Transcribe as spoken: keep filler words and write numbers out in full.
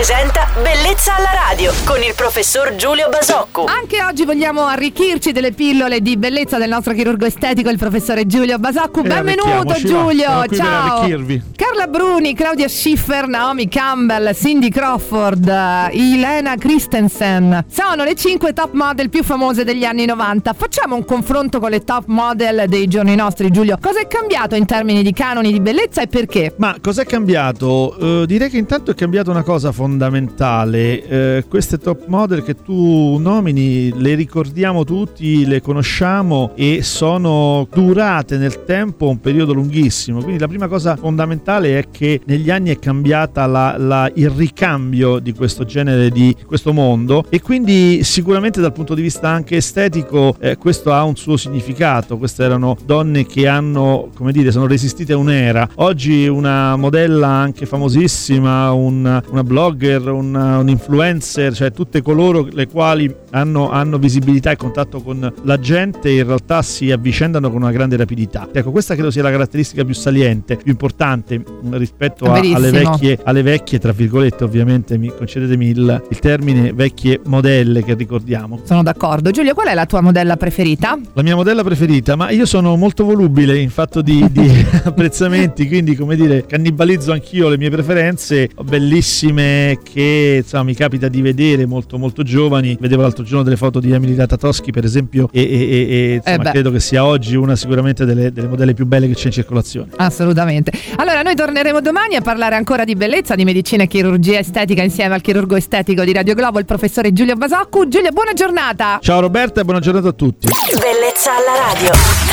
presenta Bellezza alla radio con il professor Giulio Basocco. Anche oggi vogliamo arricchirci delle pillole di bellezza del nostro chirurgo estetico, il professore Giulio Basocco. Eh, Benvenuto Giulio, ciao. Per Carla Bruni, Claudia Schiffer, Naomi Campbell, Cindy Crawford, Elena Christensen sono le cinque top model più famose degli anni novanta. Facciamo un confronto con le top model dei giorni nostri, Giulio. Cosa è cambiato in termini di canoni di bellezza e perché? Ma cos'è cambiato? Uh, direi che intanto è cambiata una cosa fondamentale. Uh, queste top model che tu nomini le ricordiamo tutti, le conosciamo e sono durate nel tempo un periodo lunghissimo. Quindi la prima cosa fondamentale è che negli anni è cambiata la, la, il ricambio di questo genere, di questo mondo, e quindi sicuramente dal punto di vista anche estetico eh, questo ha un suo significato. Queste erano donne che hanno, come dire, sono resistite a un'era. Oggi una modella anche famosissima, un, una blogger, un, un influencer, cioè tutte coloro le quali hanno, hanno visibilità e contatto con la gente, in realtà si avvicendano con una grande rapidità. Ecco, questa credo sia la caratteristica più saliente, più importante rispetto a, alle vecchie, alle vecchie, tra virgolette, ovviamente, mi concedetemi il, il termine, vecchie modelle che ricordiamo. Sono d'accordo. Giulio, qual è la tua modella preferita? La mia modella preferita? Ma io sono molto volubile in fatto di, di apprezzamenti, quindi, come dire, cannibalizzo anch'io le mie preferenze. Bellissime che insomma mi capita di vedere, molto molto giovani. Vedevo l'altro giorno delle foto di Emily Ratajkowski, per esempio, e, e, e insomma, eh credo che sia oggi una sicuramente delle, delle modelle più belle che c'è in circolazione. Assolutamente. Allora noi torneremo domani a parlare ancora di bellezza, di medicina e chirurgia estetica insieme al chirurgo estetico di Radio Globo, il professore Giulio Basocco. Giulio, buona giornata. Ciao Roberta e buona giornata a tutti. Bellezza alla radio.